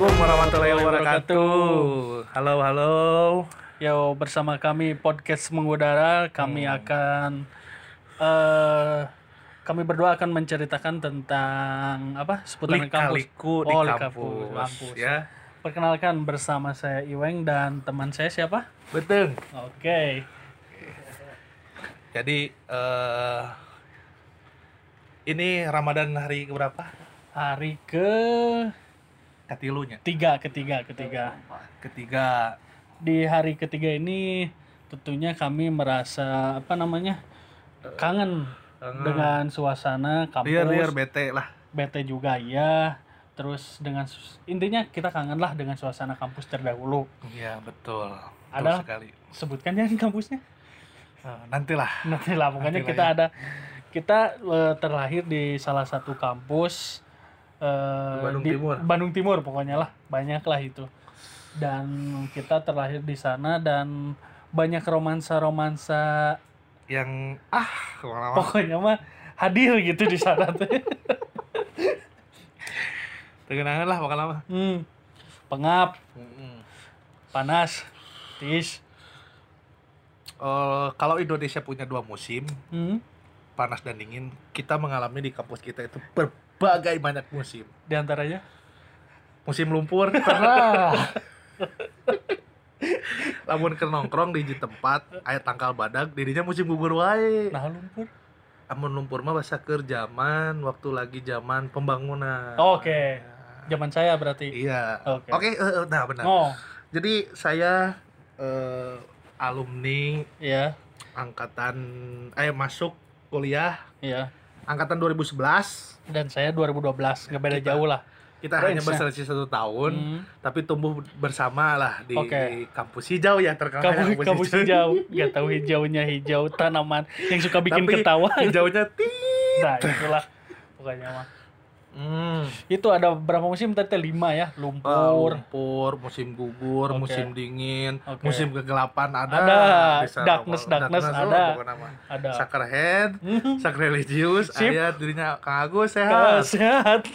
Assalamualaikum warahmatullahi wabarakatuh. Halo, halo. Yo, bersama kami podcast mengudara, kami berdua akan menceritakan tentang seputaran kampus. Lika-liku di kampus. ya. Perkenalkan, bersama saya Iweng dan teman saya siapa? Betul. Oke. Jadi ini Ramadan hari berapa? Hari Katilunya. ketiga. Ketiga. Di hari ketiga ini tentunya kami merasa kangen dengan suasana kampus. Liar bete lah. Bete juga ya. Terus intinya kita kangen lah dengan suasana kampus terdahulu. Iya, betul. Ada sekali. Sebutkan ya kampusnya. Nantilah Pokoknya kita terlahir di salah satu kampus Bandung Timur pokoknya lah, banyak lah itu. Dan kita terlahir di sana dan banyak romansa yang pokoknya mah hadir gitu di sana tuh. Terkenangan lah bakal lama. Pengap, panas, tis. Kalau Indonesia punya 2 musim, panas dan dingin, kita mengalami di kampus kita itu berbagai banyak musim. Di antaranya Musim lumpur pernah. Lamun ke nongkrong di tempat aya tangkal badag, dirinya musim gugur wae. nah lumpur. Amun lumpur mah basa keur zaman waktu lagi zaman pembangunan. Oke. Zaman saya berarti. Iya. Oke. Nah benar. Jadi saya alumni angkatan masuk kuliah angkatan 2011 dan saya 2012, nggak beda jauh lah. Kita hanya berselisih 1 tahun, tapi tumbuh bersama lah di kampus hijau ya, terkenal kampus hijau. Nggak tahu hijaunya hijau tanaman yang suka bikin tapi ketawa. Hijaunya Nah itulah pokoknya mah. Itu ada berapa musim tadi? 5 ya. Lumpur, musim gugur, musim dingin, musim kegelapan ada darkness ada. Sakerhead, sakreligius, aya dirinya Kang Agus sehat.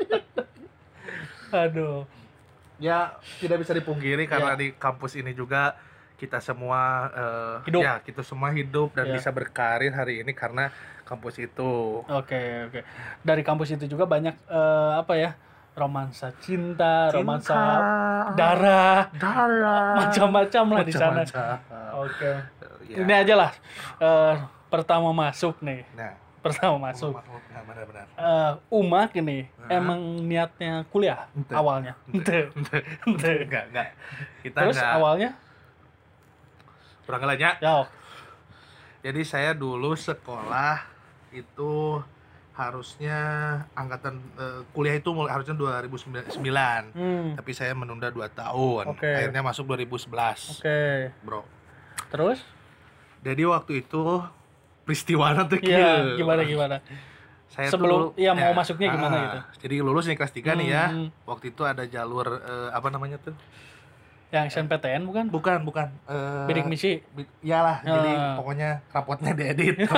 Aduh. Ya tidak bisa dipungkiri karena di kampus ini juga kita semua hidup dan bisa berkarir hari ini karena kampus itu. Oke. Dari kampus itu juga banyak romansa cinta, romansa darah, macam-macam lah di sana. Oke. Ini aja lah pertama masuk nih. Benar. Umak ini emang niatnya kuliah awalnya. Enggak. Terus awalnya kurang ngelanya. Ya. Jadi saya dulu sekolah itu harusnya angkatan kuliah itu harusnya 2009. Tapi saya menunda 2 tahun. Akhirnya masuk 2011. Bro. Terus? Jadi waktu itu peristiwanya tuh gimana? Saya sebelum mau masuknya gimana gitu. Jadi lulus nih kelas 3 nih ya. Waktu itu ada jalur apa namanya tuh? Yang SNPTN bukan? Bukan. Bidik misi. Iyalah, jadi pokoknya rapotnya diedit.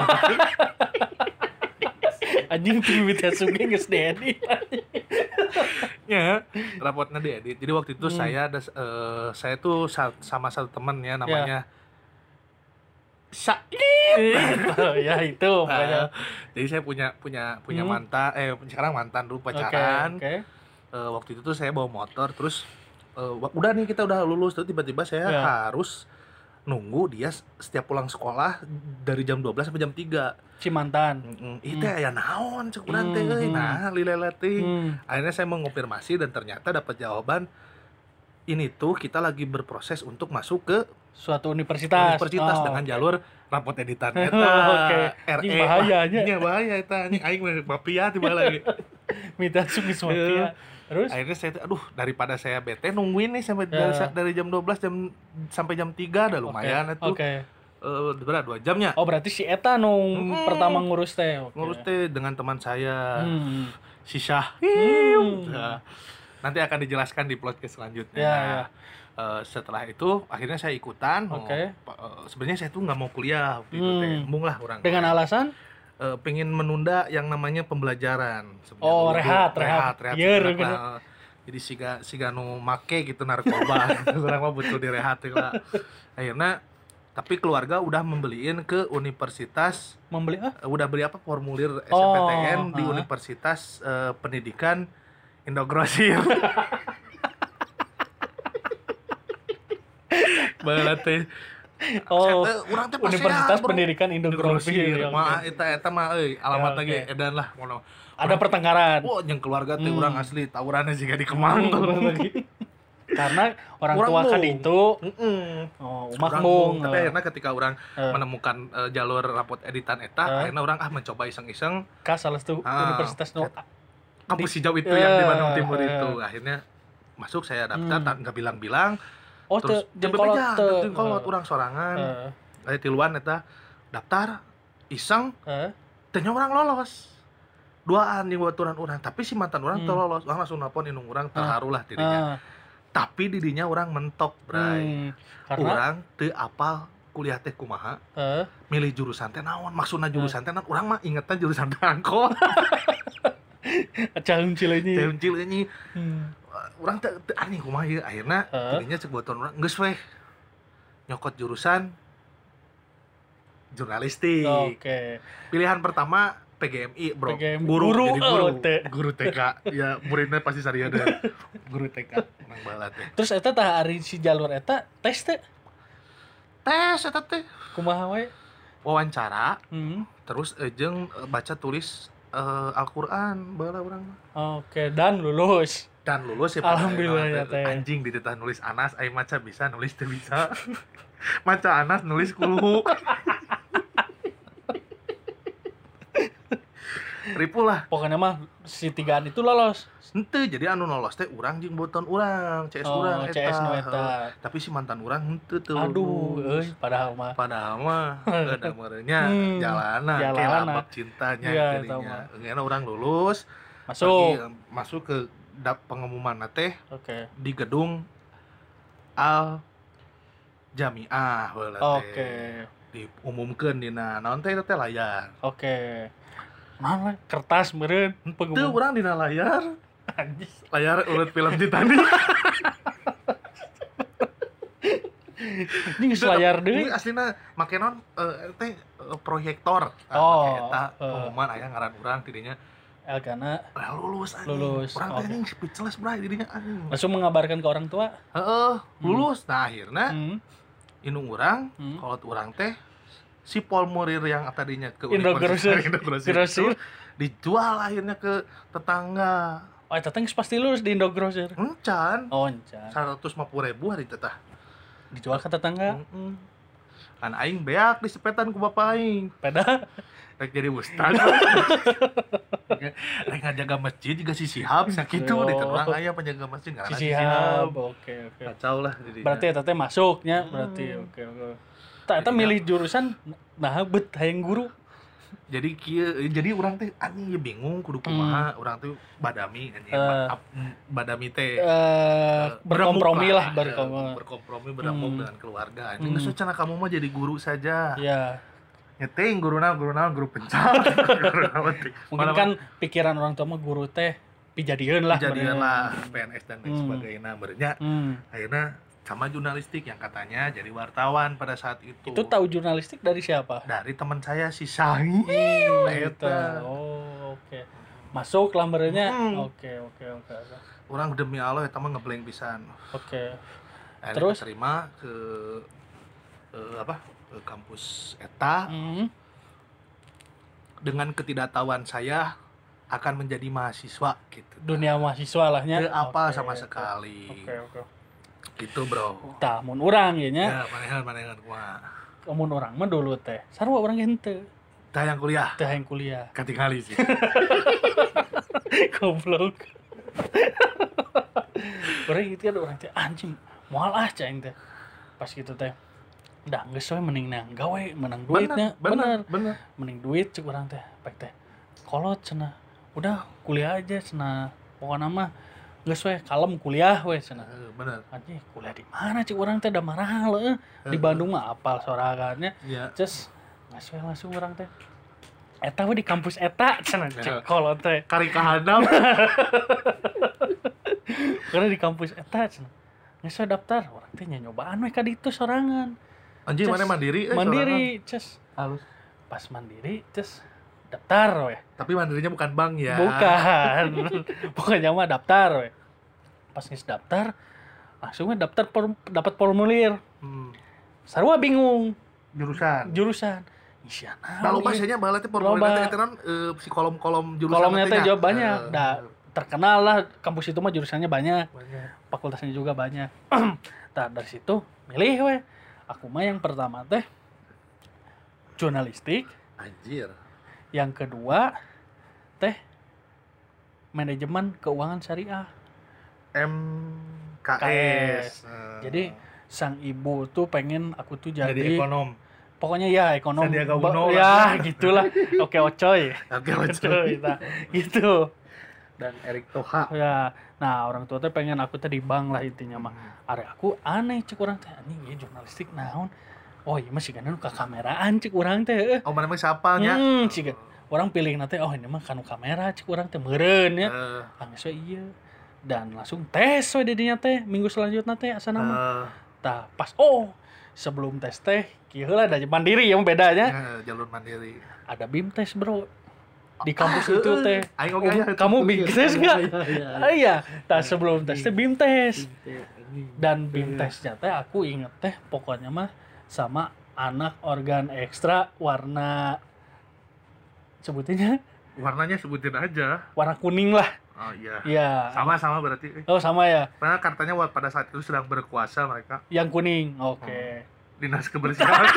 Anjing tuh sungai geus diedit. Ya, rapotnya diedit. Jadi waktu itu saya tuh sama satu teman ya namanya Syahid. Ya itu pokoknya. Jadi saya punya mantan, sekarang mantan dulu pacaran. Waktu itu tuh saya bawa motor, terus udah nih kita udah lulus, terus tiba-tiba saya harus nunggu dia setiap pulang sekolah dari jam 12 sampai jam 3. Cimantan. Itu ya naon cek urang teh euy. Nah, lilelet teh. Akhirnya saya mengonfirmasi dan ternyata dapat jawaban ini tuh kita lagi berproses untuk masuk ke suatu universitas dengan jalur rapot editan RE. Bahayanya. Nya bahaya eta anjing aing mafia tiba lagi. Minta sugis mafia. Terus akhirnya saya daripada saya bete nungguin nih sampai dari jam 12 sampai jam 3 udah lumayan itu. Berapa 2 jamnya? Oh berarti si eta pertama ngurus teh. Ngurus teh dengan teman saya. Si Syahid. Nanti akan dijelaskan di podcast selanjutnya. Setelah itu akhirnya saya ikutan. Sebenarnya saya tuh nggak mau kuliah gitu teh. Embung lah orang. Dengan alasan pengen menunda yang namanya pembelajaran. Rehat. Jadi siga nu make gitu narkoba. Urang mah butuh direhat lah. Akhirnya tapi keluarga udah membeliin ke universitas, udah beli apa formulir SNPTN di Universitas Pendidikan Indogrosir. Balat teh. Urang teh Universitas Pendidikan Indogrosir. Mah eta mah alamat lagi edan lah mono. Ada pertengkaran. Jeung keluarga teh urang asli tawuranna jiga di Kemang lagi. Karena orang tua kan itu makmum. Tapi akhirnya ketika orang menemukan jalur rapot editan eta, akhirnya orang mencoba iseng-iseng ke salah satu universitas kampus hijau itu yang di Bandung Timur itu. Akhirnya masuk, saya daftar, nggak bilang-bilang. Terus jengkolot orang sorangan. Ada tiluan eta daftar iseng, ternyata orang lolos. Duaan yang buat orang, tapi si mantan orang tuh lolos. Orang langsung nelpon indung orang, terharu lah dirinya. Tapi didinya orang mentok, Bray. Orang teu apal kuliah teh kumaha. Milih jurusan teh naon, maksudna jurusan teh naon, urang mah ingetna jurusan teh angkot. Caheum cileunyi. Urang teh aneh kumaha ieu. Akhirna didinya cek buatan urang geus we. Nyokot jurusan jurnalistik. Oke. Pilihan pertama PGMI, bro. Guru TK. Ya muridnya pasti sarjana. Guru TK nang balat teh. Terus eta tah ari si jalur eta tes teh. Tes eta teh kumaha we? Wawancara. Terus jeung baca tulis Al-Qur'an baheula urang mah. Oke, dan lulus ya. Alhamdulillah ya teh. Anjing di titah nulis Anas ai maca bisa nulis teu bisa. Maca Anas nulis kuluhu. Ripu lah. Pokoknya mah si tigaan itu lolos. Henteu, jadi anu lolos teh urang jeung boton urang, CS urang eta. Tapi si mantan urang henteu teu. Aduh, padahal mah ada merenya jalana kelabak cintanya dirinya. Engena urang lulus, masuk ke pengumuman teh. Di gedung Al Jamiah heula teh. Diumumkeun dina naon teh layar. Mana kertas meureun pengumuman. Teu urang dina layar. Layar ulet film Titanic. Ini geus layar deui. Ini aslina make naon teh proyektor. Make eta pengumuman aya ngaran urang tidinya. Elgana lulus anjing. Urang teh anjing speechless bray tidinya anjing. Langsung mengabarkan ke orang tua? Lulus. Nah, akhirna indung urang kolot urang teh si formulir yang tadinya ke Universitas Indogrosir dijual akhirnya ke tetangga. Tetangga pasti lulus di Indogrosir. Encan. 150.000 hari tetah. Dijual ke tetangga. Kan aing beak di sepetan ku bapak aing. Peda rek jadi ustad. Rek ngajaga masjid juga si Sihab sakitu di terang aya penjaga masjid ngaranna si Sihab. Oke. Kacau lah jadinya. Berarti eta teh masuknya berarti. Oke. Eta milih jurusan nah bet hayang guru. Jadi urang teh anjing bingung kudu kumaha, urang teh badami anjing badami teh berkompromi berkompromi dengan keluarga. Anjing geus cenah kamu mah jadi guru saja. Iya. Nyeting guru pencal. Mungkin kan pikiran orang tua mah guru teh pijadieun lah PNS dan lain sebagainya berenya. Akhirnya sama jurnalistik yang katanya jadi wartawan pada saat itu. Itu tahu jurnalistik dari siapa? Dari teman saya si Sangi. Eta. Oke. Masuk lambernya. Oke. Orang demi Allah eta mah ngeblank pisan. Oke. Terus terima ke ke kampus eta. Dengan ketidaktahuan saya akan menjadi mahasiswa gitu. Dunia mahasiswa lahnya. Teu apa sama sekali. Oke. Gitu, bro. Tah mun urang ye nya. Ya, manehan kumaha. Mun urang mah dulu teh. Sarua urang henteu. Tah yang kuliah. Katingali sih. Goblok. Urang gitu urang teh anjing, moal cing teh. Pas gitu teh. Da geus we mending nang gawe, menang duitnya. Bener. Mending duit cek urang teh. Pek teh. Kolot cenah. Udah kuliah aja cenah. Pokona mah geus we kalem kuliah we cenah. Bener. Anjing kuliah di mana cik urang teh da mahal Di Bandung mah apal sorangannya. Terus geus we langsung urang teh. Eta we di kampus eta cenah cik kolot teh. Kari kahadam. Karena di kampus eta cenah. Geus daftar, urang teh nyobaan we ka ditu sorangan. Anjing mana mandiri? Mandiri, ces. Halus. Pas mandiri, ces. Daftar we. Tapi mandirinya bukan bank ya. Bukan. Pokoknya mah daftar we. Pas geus daftar, langsung daftar dapat formulir. Sarua bingung. Jurusan. Isian. Lalu pasnya baheula teh formulir teh eta si kolom-kolom jurusan. Kolomnya teh jawab banyak. Terkenal lah kampus itu mah jurusannya banyak. Fakultasnya juga banyak. Nah, dari situ milih we. Aku mah yang pertama teh jurnalistik. Anjir. Yang kedua teh manajemen keuangan syariah. MKS. Jadi sang ibu tuh pengen aku tuh jadi ekonom. Pokoknya ya ekonom. Sandiaga Uno ya gitulah. Oke Ocoy. Nah, gitu. Dan Erik Thoha. Ya. Nah, orang tua teh pengen aku teh di bank lah intinya mah. Are aku aneh cek urang teh anjing ieu jurnalistik naon. Oh iya masih kan nu ka kameraan cek urang teh. Oh mana mah siapa nya? Cik orang pilih nanti oh ini mah kanu kamera cek urang teh meureun ya. Anggeus we ieu. Dan langsung tes we di dinya teh minggu selanjutnya teh asana mah. Tah pas sebelum tes teh kieu heula da mandiri yang bedanya. Jalur mandiri. Ada BIM tes, Bro. Di kampus itu teh. Kamu BIM tes enggak? Iya. Tah sebelum tes teh BIM tes. Dan BIM tesnya teh aku inget teh pokoknya mah sama anak organ ekstra warna sebutinnya warnanya sebutin aja warna kuning lah. Oh iya. Iya. Sama berarti. Oh sama ya. Karena katanya pada saat itu sedang berkuasa mereka. Yang kuning. Oke. Dinas kebersihan.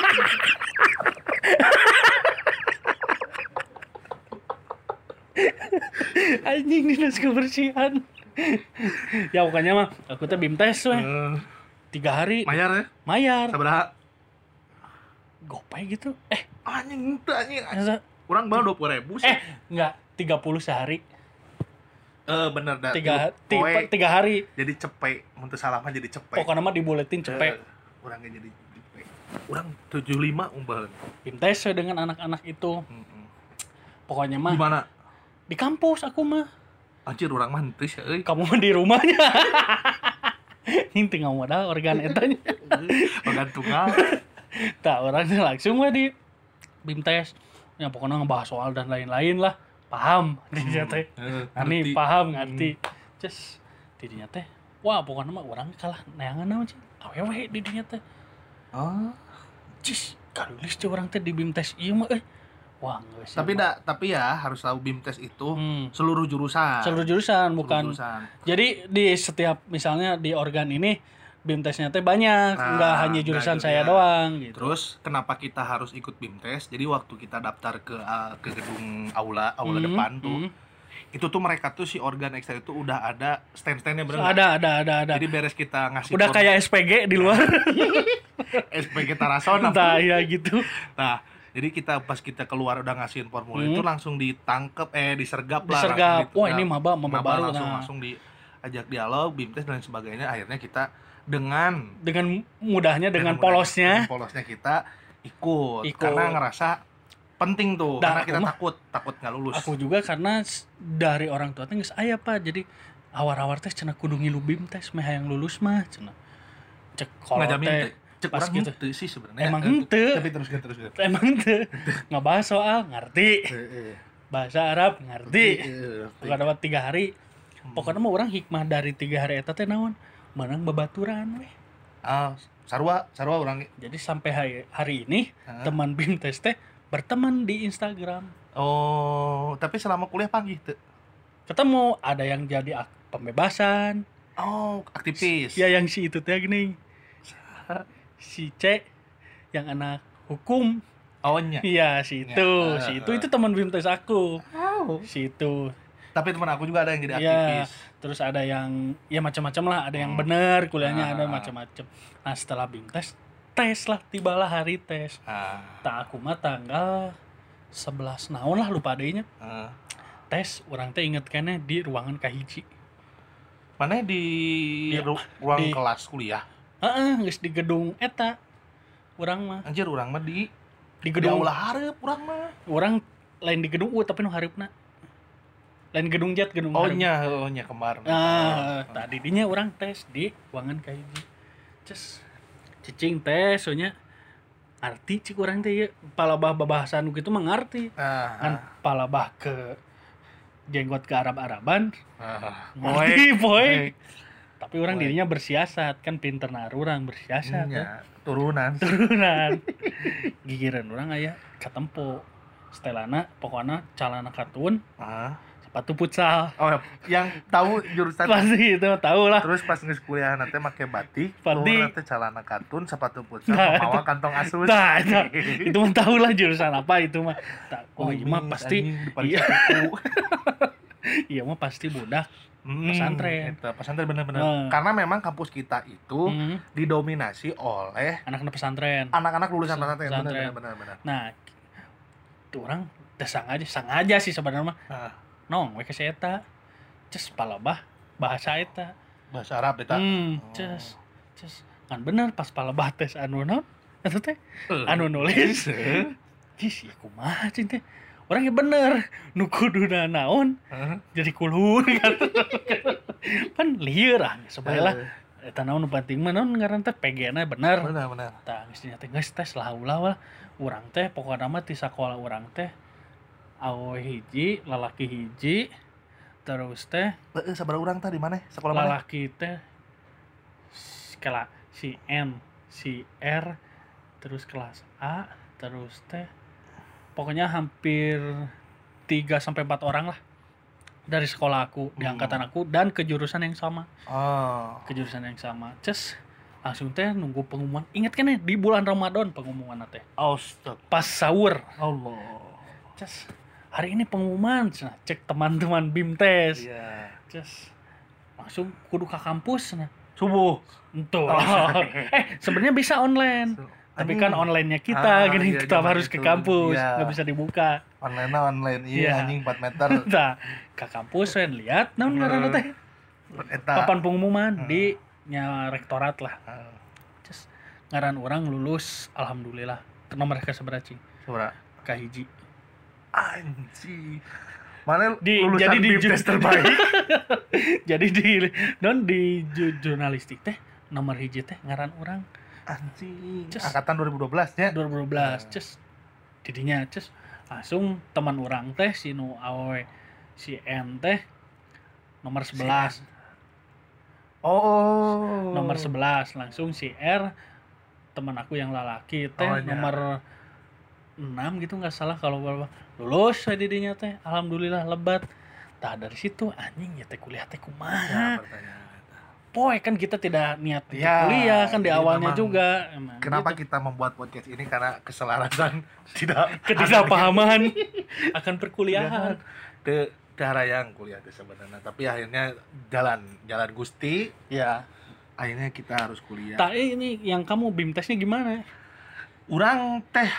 Anjing dinas kebersihan. Ya pokoknya mah aku teh BIM tes we. 3 hari. Mayar ya? Mayar. Sabaraha? Gopay gitu. Anjing teu anjing. Kurang bae 20.000 sih. Enggak, 30 sehari. Bener dah. 3 hari. Jadi cepet, mun teu salah mah jadi cepet. Pokoknya mah dibuletin cepet. Urang jadi cepet. Urang 75 umbaheun. BIM tes dengan anak-anak itu. Pokoknya mah. Di mana? Di kampus aku mah. Anjir urang mah henteu sih euy. Kamu mah di rumahnya. Ini tengah modal organ etanya. Organ tunggal. Tak orangnya langsung mah di BIM tes. Ya pokoknya ngebahas soal dan lain-lain lah. Paham dinya teh. Ani paham ngerti. Just dinya teh. Wah, pokoknya mah urang kalah neangan naon sih. Awewe di dinya teh. Cis, kalulis teh urang teh di BIM tes ieu mah Wah, enggak sih. Tapi ya harus tahu BIM tes itu seluruh jurusan. Seluruh jurusan bukan. Jadi di setiap misalnya di organ ini BIM tesnya teh banyak, enggak hanya jurusan saya doang gitu. Terus kenapa kita harus ikut BIM tes? Jadi waktu kita daftar ke gedung aula depan tuh itu tuh mereka tuh si organ ekstra itu udah ada stand-standnya bener. Ada. Jadi beres kita ngasih udah kayak SPG di luar. SPG Tarason entah ya gitu. Nah, jadi pas kita keluar udah ngasihin formulir itu langsung disergap. Wah, ini maba baru langsung diajak dialog, BIM tes dan sebagainya. Akhirnya kita dengan mudahnya dengan polosnya kita ikut. Karena ngerasa penting tuh, karena kita takut nggak lulus. Aku juga karena dari orang tua teh geus aya Pak. Jadi awar-awar teh cenah kudu ngilu BIM tes meh hayang lulus mah cenah. Cek kalau teh cek pas gitu sih sebenarnya. Emang henteu. Tapi terus. Emang henteu. Ngabahas soal ngerti. Bahasa Arab ngerti. Bukan dapat 3 hari. Pokoknya mah orang hikmah dari 3 hari eta teh naon? Menang babaturan weh. Sarua urang. Jadi sampai hari ini teman BIM tes teh berteman di Instagram. Oh, tapi selama kuliah panggih tuh? Ketemu, ada yang jadi pembebasan. Oh, aktivis. Ya yang si itu teh gini. Si C yang anak hukum. Awalnya. Iya, si itu teman BIM tes aku. Si itu. Tapi teman aku juga ada yang jadi aktivis. Terus ada yang ya macam-macam lah, ada yang benar kuliahnya, ada macam-macam. Nah, setelah BIM tes lah, tibalah hari tes. Tak aku mah tanggal 11 naon lah lupa adanya. Tes orang teh inget kene di ruangan kahiji. Mana di ruang kelas kuliah? Geus di gedung eta. Urang mah. Anjir urang mah di gedung aula hareup urang mah. Urang lain di gedung tapi nu hareupna. lain gedung jet gedung nya kemarin. Tadi dinya orang tes di ruangan kayak gitu. Ces cicing tes soalnya arti cik orang teh ya palabah babahasan gitu mengarti kan palabah ke jenggot ke Arab-Araban boy. Tapi orang dirinya bersiasat kan pinter orang bersiasat turunan gigiran orang aya katempo setelana pokoknya calana katun sepatu futsal. Yang tahu jurusan pasti itu tahu lah. Terus pas geus kuliah nanti make batik, nanti celana katun, sepatu futsal, bawa kantong Asus. Itu mah tahu lah jurusan apa itu mah. Iya mah pasti. Iya mah pasti budak pesantren. Pesantren benar-benar. Karena memang kampus kita itu didominasi oleh anak-anak pesantren. Anak-anak lulusan pesantren. Benar. Nah, itu orang sengaja sih sebenarnya mah. Nong we ke eta. Ces palabah bahasa eta. Bahasa Arab eta. Ces kan bener pas palabah tes anu naon? Eta teh anu nulis. Cis ya kumaha cing teh. Orang ya bener nu kuduna naon jadi kulhur kan lieur sebaheula eta naon nu penting mah naon ngaran teh PG-na bener tah geus nya teh geus tes lah ulah urang teh pokona mah ti sakola urang teh awewe hiji lalaki hiji terus teh sabaraha urang teh di mana sakola mana lalaki teh skala si M si R terus kelas A terus teh pokoknya hampir 3-4 orang lah dari sekolah aku, di angkatan aku dan ke jurusan yang sama. Ke jurusan yang sama. Ces langsung teh nunggu pengumuman. Ingat kan ya di bulan Ramadan pengumuman teh. Pas sahur. Allah. Ces hari ini pengumuman. Nah, cek teman-teman BIMTes. Ces langsung kudu ke kampus. Nah. Subuh. Tuh. Sebenarnya bisa online. Tapi kan online-nya kita gini kita harus ke kampus, nggak bisa dibuka. Online anjing 4 meter. Nah, ke kampus saya lihat naon ngaranna teh. Papan pengumuman di nya rektorat lah. Terus ngaran orang lulus alhamdulillah. Nomor ka sabaraha cing? Sabaraha? Ka hiji. Anjing. Mana di lulusan jadi di BIMTes terbaik. Jadi di jurnalistik teh nomor hiji teh ngaran orang. Anjing. Angkatan 2012 nya. 2012. Ces. Didinya ces langsung teman orang teh si nu awewe si M teh nomor 11. Nomor 11 langsung si R teman aku yang lelaki teh nomor 6 gitu enggak salah kalau lulus didinya teh alhamdulillah lebat. Tah dari situ anjing ya teh kuliah teh kumaha. Poe kan kita tidak niat kuliah kan di awalnya juga. Kenapa gitu. Kita membuat podcast ini karena keselarasan ketidakpahaman akan perkuliahan. Ke cara yang kuliah itu sebenarnya, tapi akhirnya jalan Gusti. Ya. Akhirnya kita harus kuliah. Ini yang kamu BIMTesnya gimana? Urang teh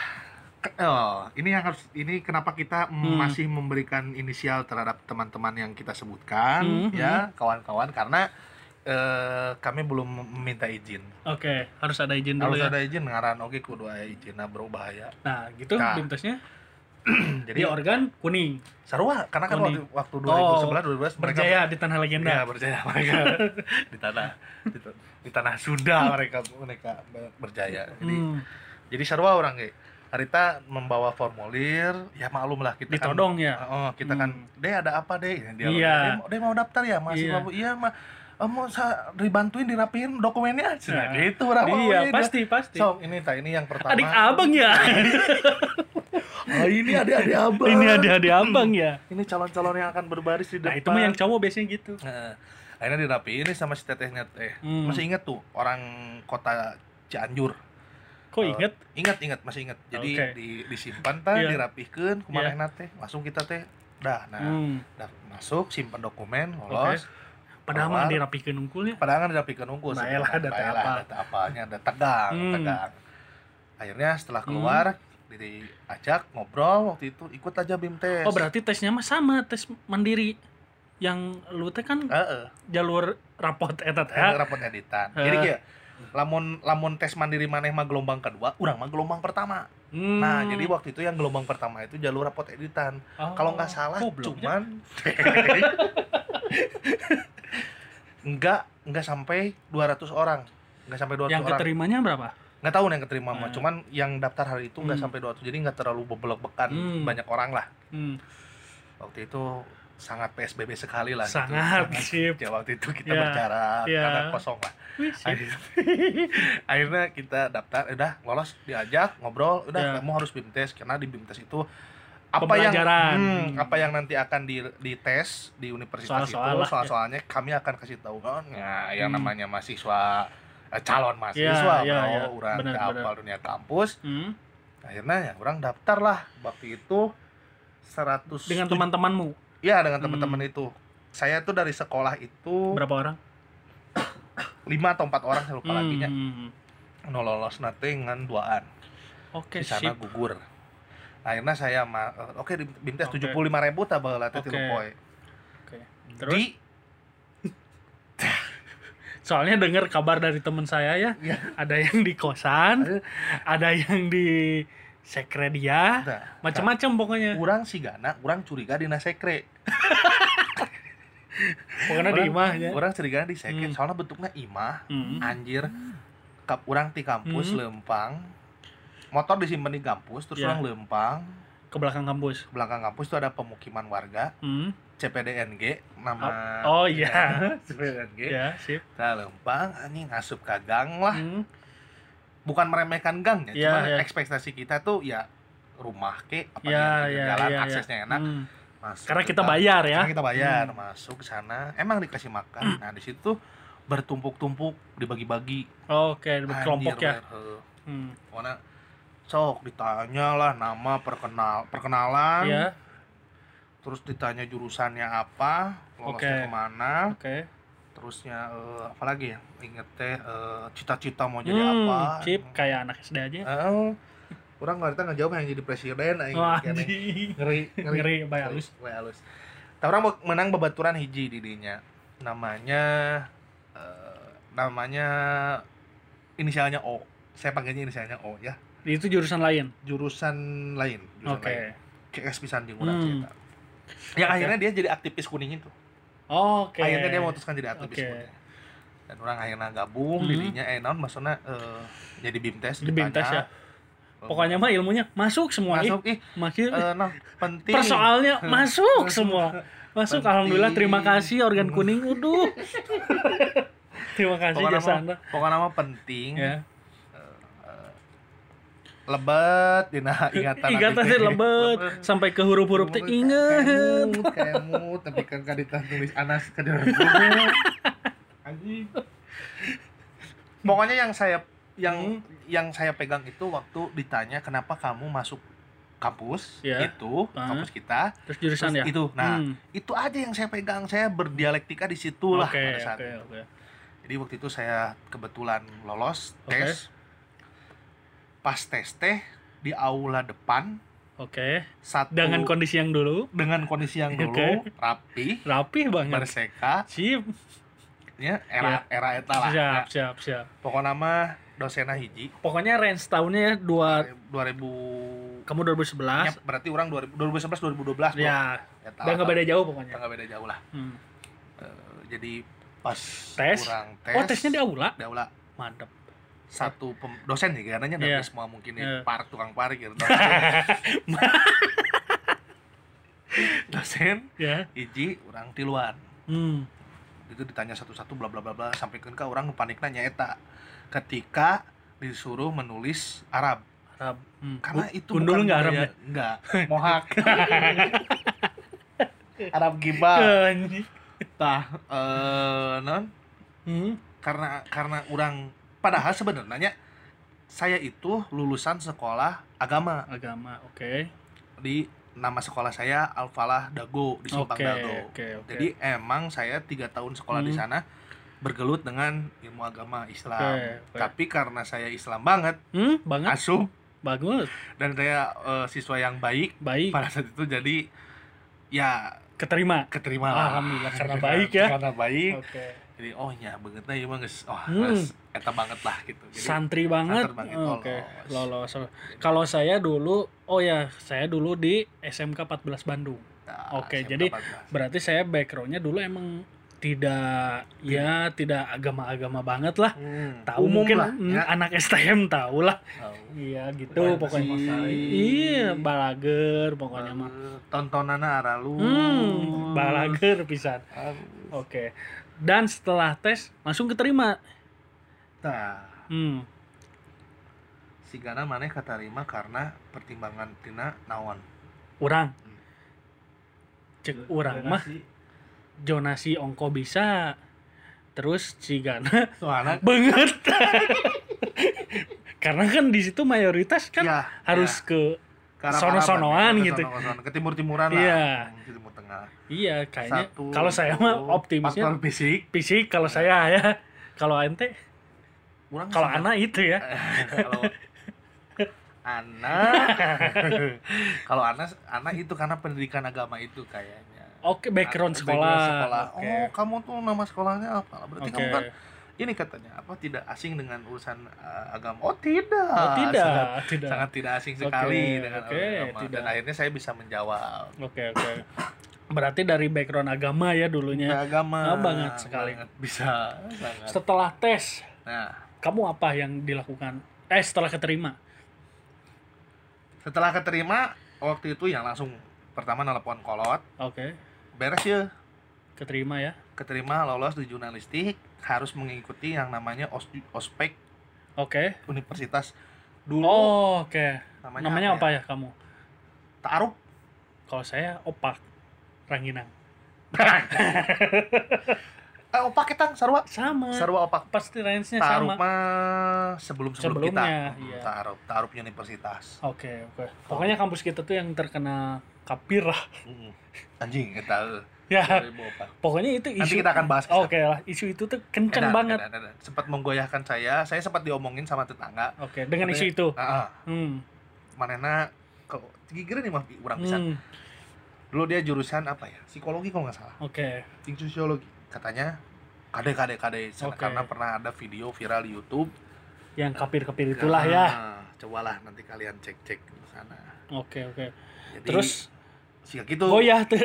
ini kenapa kita masih memberikan inisial terhadap teman-teman yang kita sebutkan ya, kawan-kawan karena kami belum meminta izin. Oke, harus ada izin dulu. Harus ada izin ngaran kudu aya izin bro bahaya. Nah, gitu BIMTesnya. Jadi organ kuning. Sarua karena kan waktu 2011 12 berjaya di tanah legenda. Ya, berjaya mereka di tanah Sunda mereka berjaya. Jadi sarua orang harita membawa formulir, ya maklum lah kita ditodong kan, ya. Kita kan, ada apa dia mau daftar ya mahasiswa. Iya mah mau dibantuin dirapiin dokumennya aja. Gitu orang. Iya, pasti. So, ini yang pertama. Adik abang ya. Ini adik-adik abang. Ini adik-adik abang ya. Ini calon-calon yang akan berbaris di depan. Nah, itu mah yang cowok biasanya gitu. Akhirnya dirapiin sama si tetehnya teh. Masih ingat tuh orang kota Cianjur. Kok inget? Ingat, masih ingat. Jadi disimpan dirapihkeun kumanehna teh. Langsung kita teh dah masuk simpan dokumen lolos. Padahal mah dirapihkeun unggulnya. Padahal dirapihkeun unggul. Data apanya, ada tegang. Akhirnya setelah keluar diajak ngobrol waktu itu ikut aja BIMTes. Oh, berarti tesnya mah sama, tes mandiri. Yang lu teh kan jalur rapot eta teh. Rapot editan. Jadi lamun tes mandiri maneh mah gelombang kedua, urang mah gelombang pertama. Nah, jadi waktu itu yang gelombang pertama itu jalur rapot editan. Kalau nggak salah cuman enggak sampai 200 orang. Enggak sampai 200 yang orang. Yang keterimanya berapa? Nggak tahu yang keterima mah, cuman yang daftar hari itu nggak sampai 200, jadi nggak terlalu bebelek-bekan banyak orang lah. Waktu itu sangat PSBB sekali lah. Sangat gitu. Ya waktu itu kita berjarak karena kosong lah. Akhirnya kita daftar, udah lolos, diajak ngobrol, udah kamu harus BIMTes karena di BIMTes itu apa yang nanti akan dites di universitas itu soal-soalnya kami akan kasih tahu kan yang namanya mahasiswa calon mahasiswa orang apal dunia kampus. Akhirnya ya orang daftar lah waktu itu 100 dengan teman-temanmu. Iya, dengan teman-teman itu. Saya tuh dari sekolah itu berapa orang? 5 atau 4 orang, saya lupa laginya. Lolos nanti dengan 2an. Oke, di sana gugur. Akhirnya saya di BIMTes 75.000 tah baheula teh 3 poe. Oke. Terus soalnya dengar kabar dari teman saya ya, ada yang di kosan, ada yang di sekre dia, macam-macam pokoknya. Urang sigana, urang curiga dina sekre. Pokoknya di imah ya. Urang curiga di sekre, soalnya bentuknya imah, anjir. Urang di kampus lempang. Motor disimpan di kampus, terus urang lempang ke belakang kampus. Ke belakang kampus itu ada pemukiman warga. CPDNG nama. Oh iya. CPDNG. Ya, sip. Nah, lempang anjing ngasup ka gang lah. Bukan meremehkan gang ya, cuma ekspektasi kita tuh ya rumah jalan aksesnya enak. Masuk karena kita bayar ya. Karena kita bayar, masuk ke sana, emang dikasih makan. Nah, di situ bertumpuk-tumpuk, dibagi-bagi. Oke, berkelompok ya. Mana sok ditanya lah nama perkenalan. Iya. Terus ditanya jurusannya apa, lolosnya kemana. Terusnya apalagi ya, inget teh cita-cita mau jadi apa. Cip kayak anak SD aja. Orang nggak ngejawab yang jadi presiden ngeri bae halus. Tapi orang menang babaturan hiji di dinya. Namanya inisialnya O. Saya panggilnya inisialnya O ya. Itu jurusan lain. Oke. CS pisan jeung urang cerita. Yang akhirnya dia jadi aktivis kuning itu. Akhirnya dia memutuskan jadi aktivis kuning. Dan orang akhirnya gabung dirinya naon maksudnya jadi BIMTes. Di BIMTes ya. Pokoknya mah ilmunya masuk semua. Penting. Persoalnya masuk semua. Masuk, alhamdulillah, terima kasih organ kuning. Terima kasih jasa Anda. Pokoknya mah penting. Ya. Lebet dina ingatan lebet sampai ke huruf-huruf teh inget kamu tapi kan kadita tulis anas ke dalam anjing. Pokoknya yang saya pegang itu waktu ditanya kenapa kamu masuk kampus itu kampus kita terus jurusan ya itu itu aja yang saya pegang. Saya berdialektika di situ lah pada saat itu. Jadi waktu itu saya kebetulan lolos tes. Pas tes teh di aula depan. Dengan kondisi yang dulu. Rapi banget. Berseka. Sip. Ya, era eta lah. Siap. Pokoknya nama dosenna hiji. Pokoknya range tahunnya ya 2000. Kamu 2011. Ya, berarti orang 2011 2012. Ya. Udah enggak beda jauh pokoknya. Enggak beda jauh lah. Jadi pas tes. Kurang tes. Tesnya di aula. Mantap. Satu dosen nih karena dari semua mungkin tukang parkir dosen hiji orang tiluan itu ditanya satu-satu bla bla bla bla sampai ke orang paniknya nyata ketika disuruh menulis Arab karena itu bukan nggak Arab enggak mohak Arab gibah karena orang. Padahal sebenarnya saya itu lulusan sekolah agama. Di nama sekolah saya Al-Falah Dago di Simpang Dago. Jadi emang saya 3 tahun sekolah di sana bergelut dengan ilmu agama Islam. Tapi karena saya Islam banget. Asuh bagus. Dan saya siswa yang baik. Pada saat itu jadi ya keterima. Alhamdulillah karena baik ya. Karena baik. Jadi beungeutna ieu mah geus geus eta banget lah gitu. Jadi, santri banget. Oke, lolos. Kalau saya dulu saya dulu di SMK 14 Bandung. Oke, jadi 14. Berarti saya background-nya dulu emang tidak agama-agama banget lah. Tahu mungkin lah, ya. Anak STM tahu lah. Iya gitu pokoknya. Iya, balager pokoknya mah. Tontonana aralu. Balager pisan. Oke. Dan setelah tes langsung keterima. Sigana maneh katarima karena pertimbangan tina naon? Urang. Cek urang mah zonasi ongko bisa. Terus sigana banget. Karena kan di situ mayoritas kan harus ke sono-sonoan gitu. Ke timur-timuran lah. Iya. Timur tengah. Iya, kayaknya kalau saya mah optimisnya fisik kalau saya ya. Kalau ente kalau anak itu ya. Kalau anak itu karena pendidikan agama itu kayaknya. Oke, background sekolah. Okay. Kamu tuh nama sekolahnya apa? Berarti kamu kan ini katanya tidak asing dengan urusan agama. Tidak. Sangat tidak asing sekali dengan agama. Dan akhirnya saya bisa menjawab. Oke. Berarti dari background agama ya dulunya. Agama. Banget sekali. Bisa. Sangat. Setelah tes. Kamu apa yang dilakukan? Setelah keterima. Setelah keterima waktu itu yang langsung pertama nelpon kolot. Oke. Beres ya. Keterima ya. Keterima lolos di jurnalistik, harus mengikuti yang namanya ospek. Oke. Universitas dulu. Oke. Namanya apa ya kamu? Ta'aruf. Kalau saya opak Ranginang. Opak kita sarua sama. Sarua opak pasti range-nya sama. Ta'aruf mah sebelumnya kita. Ta'aruf universitas. Oke. Pokoknya kampus kita tuh yang terkena kapir lah. Anjing eta. Ya. Pokoknya itu isu. Nanti kita akan bahas. Oke lah, isu itu tuh kencang banget. Sempat menggoyahkan saya sempat diomongin sama tetangga. Oke, dengan isu itu. Manehna kalau gigireun nih mah urang pisan. Dulu dia jurusan apa ya? Psikologi kalau nggak salah. Oke. Sosiologi. Katanya kade karena pernah ada video viral di YouTube yang kapir-kapir itulah ya. Cobalah nanti kalian cek di sana. Oke. Jadi, terus siga gitu. Goyah tuh.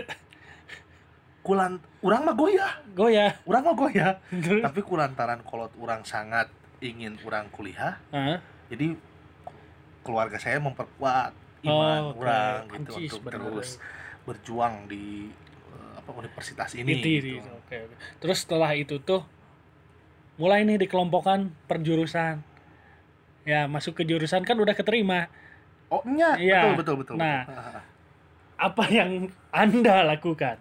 Urang mah goyah. Urang mah goyah. Tapi kulantaran kolot urang sangat ingin urang kuliah. Jadi keluarga saya memperkuat iman urang gitu untuk terus berjuang di universitas ini gitu. Oke. Terus setelah itu tuh mulai nih dikelompokkan per jurusan. Ya, masuk ke jurusan kan udah keterima. Iya, betul. Nah, apa yang Anda lakukan?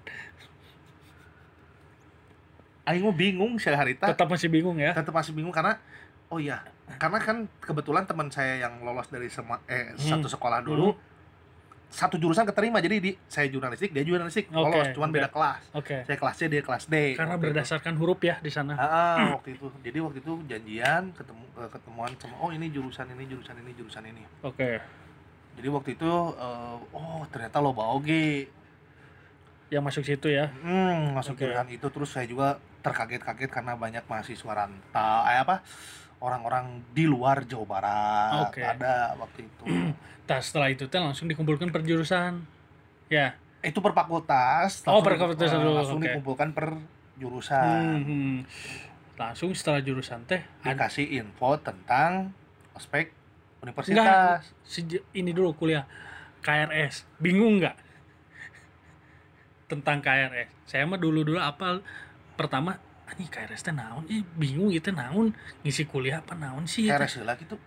Aing mau bingung seharita. Tetap masih bingung ya? Tetap masih bingung karena karena kan kebetulan teman saya yang lolos dari satu sekolah dulu satu jurusan keterima, jadi saya jurnalistik, dia jurnalistik, lolos, cuman beda kelas. Saya kelas C, dia kelas D. Karena berdasarkan huruf ya di sana. Waktu itu. Jadi waktu itu janjian ketemuan sama ini jurusan ini. Oke. Jadi waktu itu ternyata loba oge yang masuk situ ya. Masuk jurusan itu, terus saya juga terkaget-kaget karena banyak mahasiswa rantau, orang-orang di luar Jawa Barat ada waktu itu. Setelah itu langsung dikumpulkan per jurusan. Ya. Itu per fakultas. Per fakultas dulu. Langsung dikumpulkan per jurusan. Langsung setelah jurusan dikasih info tentang ospek universitas. Ini dulu kuliah KRS. Bingung nggak tentang KRS? Saya mah dulu apa pertama ini KRS teh naon? Bingung gitu naon ngisi kuliah apa naon sih? KRS lah gitu.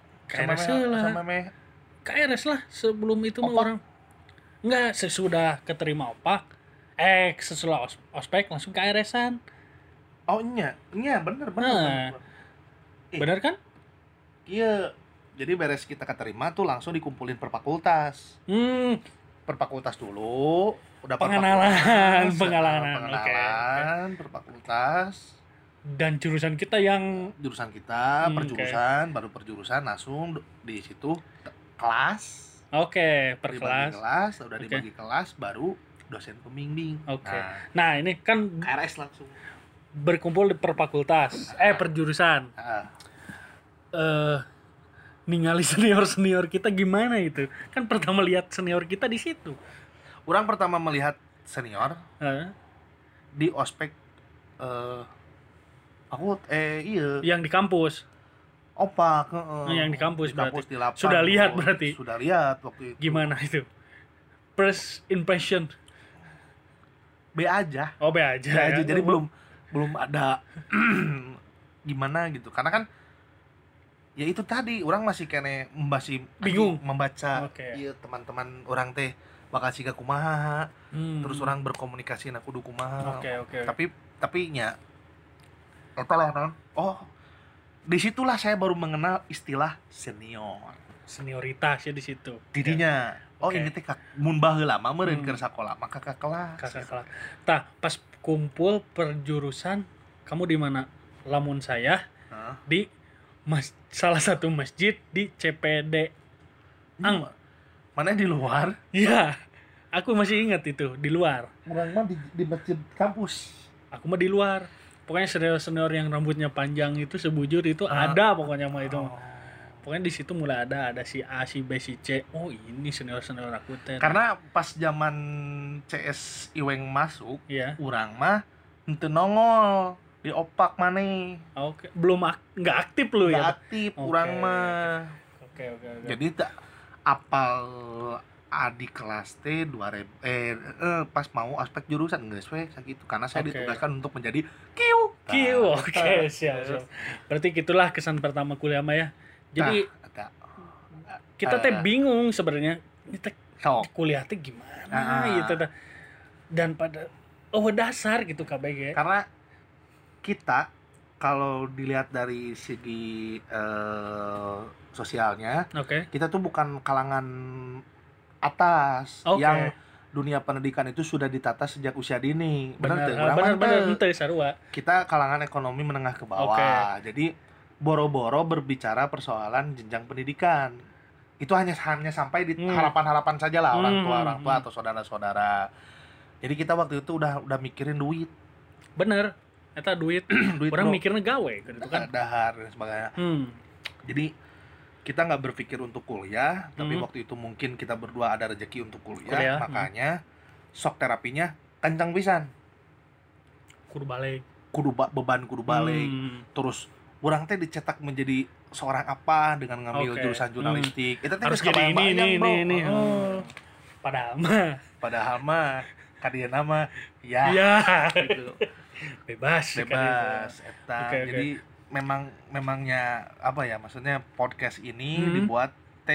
KRS lah sebelum itu mah orang enggak, sesudah keterima opak setelah ospek langsung KRS-an. Bener. Bener kan? Iya. Jadi beres kita keterima tuh langsung dikumpulin per fakultas. Per fakultas dulu, udah pengalaman per fakultas. Dan jurusan kita per jurusan, baru per jurusan langsung di situ kelas. Per kelas. Udah dibagi kelas, baru dosen pembimbing. Nah, ini kan KRS langsung. berkumpul per fakultas, per jurusan. Ningali senior kita gimana itu? Kan pertama lihat senior kita di situ. Orang pertama melihat senior di ospek iya. Yang di kampus. Opak, yang di kampus berarti. Di lapang, sudah lihat berarti. Sudah lihat waktu itu. Gimana itu? First impression. B aja. Oh, B aja. Ya? Jadi belum ada gimana gitu. Karena kan ya itu tadi orang masih kene bingung membaca iya teman-teman orang teh bakal siga kumaha. Terus orang berkomunikasi na kudu kumaha. Tapi nya eta lah non. Oh, disitulah saya baru mengenal istilah senioritas ya di situ. Didinya. Oh, ini teh mun baheula mah meureun keur sakola maka ka kelas. Tah, pas kumpul perjurusan kamu di mana? Lamun saya di salah satu masjid di CPD. Mana di luar? Iya. Aku masih ingat itu, di luar. Orang mah di masjid kampus. Aku mah di luar. Pokoknya senior yang rambutnya panjang itu sebujur itu ada pokoknya mah itu. Pokoknya di situ mulai ada si A, si B, si C. Oh, ini senior aku teh. Karena pas zaman CS Iweng masuk, urang mah henteu nongol di opak maneh. Oke, belum enggak aktif lu ya. Enggak aktif urang mah. Oke. Jadi tak apal adik kelas T 2000 pas mau aspek jurusan geus we sakitu karena saya ditugaskan untuk menjadi Q. Oke, siap. Berarti gitulah kesan pertama kuliah mah ya. Jadi kita teh bingung sebenarnya ini teh kuliah teh gimana gitu. Dan pada dasar gitu KBG. Karena kita kalau dilihat dari segi sosialnya, kita tuh bukan kalangan atas yang dunia pendidikan itu sudah ditata sejak usia dini. Benar sarua. Kita kalangan ekonomi menengah ke bawah. Jadi boro-boro berbicara persoalan jenjang pendidikan. Itu hanya sampai di harapan-harapan saja lah orang tua atau saudara-saudara. Jadi kita waktu itu udah mikirin duit. Bener. Eta duit orang mikirnya gawe gitu kan. Dahar dan sebagainya. Jadi kita nggak berpikir untuk kuliah, tapi waktu itu mungkin kita berdua ada rezeki untuk kuliah. Makanya sok terapinya kencang pisan. Kudu balik. Beban kudu balik. Terus orang teh dicetak menjadi seorang apa dengan ngambil jurusan jurnalistik. Itu harus jadi ini. Padahal mah kadieu nama ya. Gitu. Bebas eta. Jadi memangnya apa ya, maksudnya podcast ini dibuat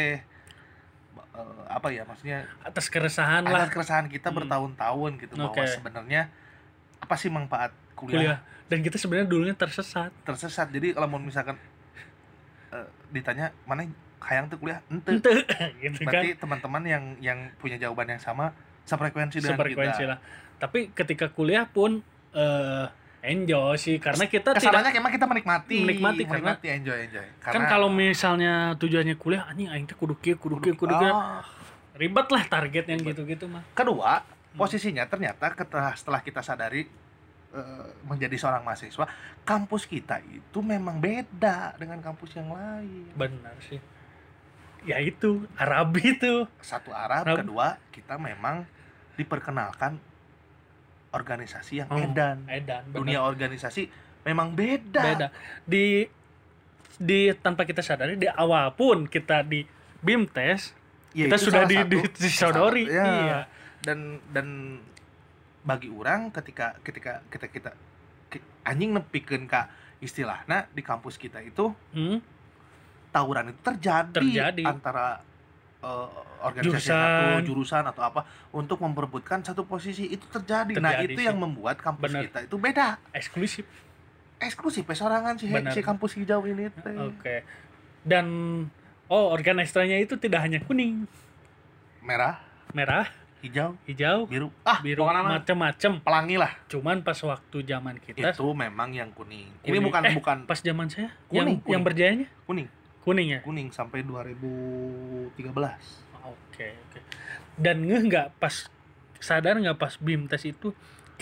maksudnya atas keresahan kita bertahun-tahun gitu bahwa sebenarnya apa sih manfaat kuliah. Dan kita sebenarnya dulunya tersesat. Jadi kalau mau misalkan ditanya mana hayang tuh kuliah ente gitu. Berarti teman-teman yang punya jawaban yang sama sefrekuensi dengan kita lah. Tapi ketika kuliah pun enjoy sih karena kita kesananya emang kita menikmati karena enjoy. Kan kalau misalnya tujuannya kuliah anjing aing teh kudu kieu ribet lah target yang gitu-gitu mah. Kedua, posisinya ternyata setelah kita sadari menjadi seorang mahasiswa, kampus kita itu memang beda dengan kampus yang lain. Benar sih. Ya itu, Arabi itu. Satu Arab. Kedua, kita memang diperkenalkan organisasi yang edan. Dunia organisasi memang beda. Di tanpa kita sadari di awal pun kita di BIMTes ya, kita sudah disodori. Iya. Dan bagi orang ketika kita anjing nepikeun ka istilahna di kampus kita itu tawuran itu terjadi antara organisasi jurusan atau apa untuk memperebutkan satu posisi itu terjadi. Nah, itu sih yang membuat kampus kita itu beda. Eksklusif sorangan si kampus hijau ini teh. Oke. Dan organ ekstranya itu tidak hanya kuning. Merah, hijau, biru. Biru macam-macam. Pelangi lah. Cuman pas waktu zaman kita itu memang yang kuning. Ini bukan pas zaman saya kuning. Yang berjayanya kuning ya? Kuning sampai 2013. Oke. Dan nggak pas sadar nggak pas BIMTes itu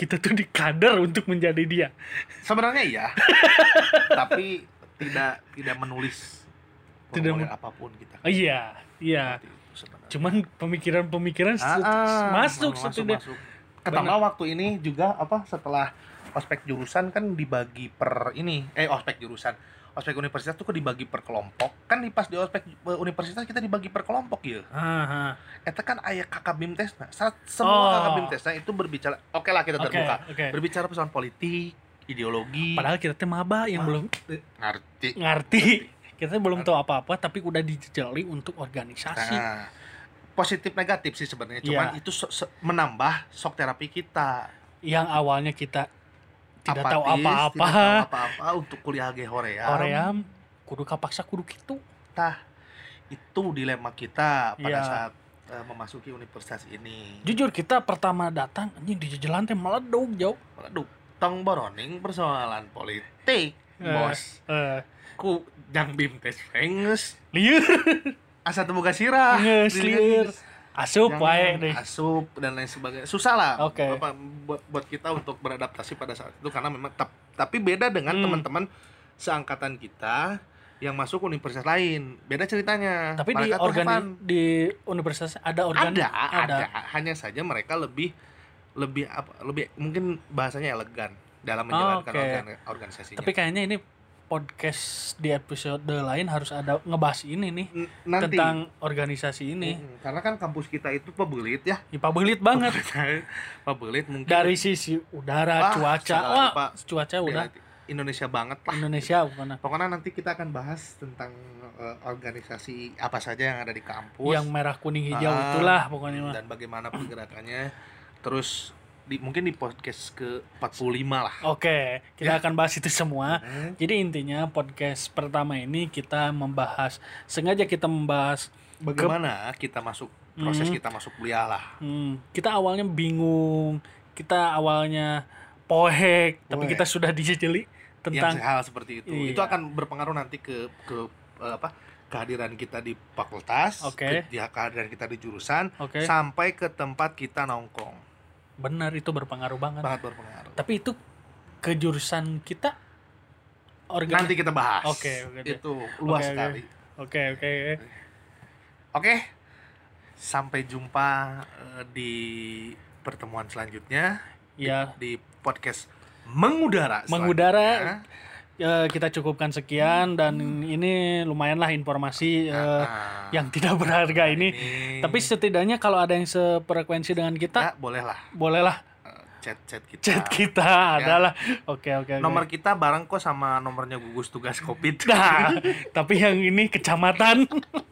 kita tuh dikader untuk menjadi dia. Sebenarnya iya. Tapi tidak menulis apapun kita. Iya. Cuman pemikiran masuk. Ketambah waktu ini juga setelah ospek jurusan kan dibagi per ospek universitas tuh dibagi per kelompok. Kan pas di ospek universitas kita dibagi per kelompok ya. Eta kan aya kakak BIMTesna. Semua kakak BIMTesna itu berbicara, oke lah kita terbuka. Berbicara persoalan politik, ideologi. Padahal kita teh maba yang belum ngerti. Kita belum tahu apa-apa tapi udah dijejali untuk organisasi. Positif negatif sih sebenarnya, cuman itu menambah shock terapi kita. Yang awalnya kita tidak tahu apa-apa untuk kuliah ge hoream kudu kapaksa kudu kitu. Tah, itu dilema kita pada saat memasuki universitas ini. Jujur kita pertama datang anjing di jalan teh meleduk jauh. Meleduk. Tong boroning persoalan politik, bos. Ku jang BIMTes geus lieur. Asa teu boga sirah. Lieur. Asup wae deh. Asup dan lain sebagainya. Susah lah okay. buat kita untuk beradaptasi pada saat itu karena memang tapi beda dengan teman-teman seangkatan kita yang masuk universitas lain. Beda ceritanya. Tapi di universitas ada Ada. Hanya saja mereka lebih mungkin bahasanya elegan dalam menjalankan organisasinya. Tapi kayaknya ini podcast di episode lain harus ada ngebahas ini nih nanti, tentang organisasi ini. Karena kan kampus kita itu pabelit ya. Pabelit banget. Pabelit mungkin dari sisi udara, cuaca. Cuaca udah Indonesia banget lah. Indonesia pokoknya nanti kita akan bahas tentang organisasi apa saja yang ada di kampus. Yang merah, kuning, hijau itulah pokoknya. Dan bagaimana pergerakannya. Terus mungkin di podcast ke-45 lah. Oke, kita akan bahas itu semua. Jadi intinya podcast pertama ini sengaja kita membahas bagaimana kita masuk proses kita masuk kuliah lah. Kita awalnya bingung, kita awalnya pohek, tapi kita sudah dijejeli tentang hal seperti itu. Iya. Itu akan berpengaruh nanti ke kehadiran kita di fakultas, kehadiran kita di jurusan, sampai ke tempat kita nongkrong. Benar, itu berpengaruh banget. Berpengaruh. Tapi itu ke jurusan kita nanti kita bahas. Oke. Itu luas sekali. Oke. Sampai jumpa di pertemuan selanjutnya. Ya. Di podcast Mengudara. Kita cukupkan sekian dan ini lumayanlah informasi yang tidak berharga ini. Tapi setidaknya kalau ada yang sefrekuensi dengan kita, bolehlah chat kita adalah oke. Nomor kita bareng kok sama nomornya gugus tugas Covid. Nah, tapi yang ini kecamatan.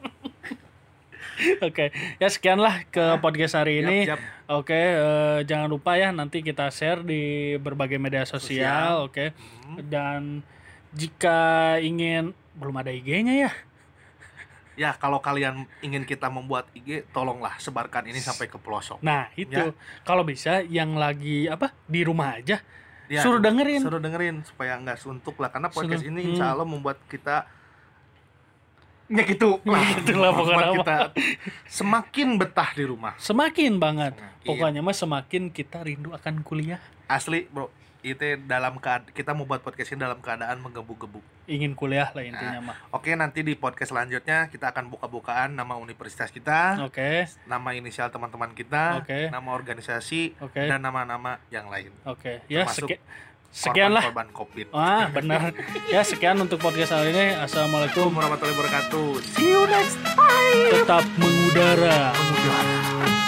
Oke, ya sekianlah ke podcast hari ini. Oke, jangan lupa ya nanti kita share di berbagai media sosial. Oke. Dan jika ingin, belum ada IG-nya ya? Ya, kalau kalian ingin kita membuat IG, tolonglah sebarkan ini sampai ke pelosok. Nah, itu. Kalau bisa yang lagi di rumah aja. Ya, suruh dengerin supaya nggak suntuk lah, karena podcast ini insya Allah membuat kita gitulah pokoknya kita semakin betah di rumah. Semakin banget. Pokoknya semakin kita rindu akan kuliah. Asli, bro. Itu kita mau buat podcast ini dalam keadaan menggebu-gebu. Ingin kuliah lah intinya Oke, nanti di podcast selanjutnya kita akan buka-bukaan nama universitas kita. Oke. Nama inisial teman-teman kita. Oke. Nama organisasi. Dan nama-nama yang lain. Oke. Ya, sekian lah. Korban COVID. Benar. Ya, sekian untuk podcast hari ini. Assalamualaikum warahmatullahi wabarakatuh. See you next time. Tetap mengudara.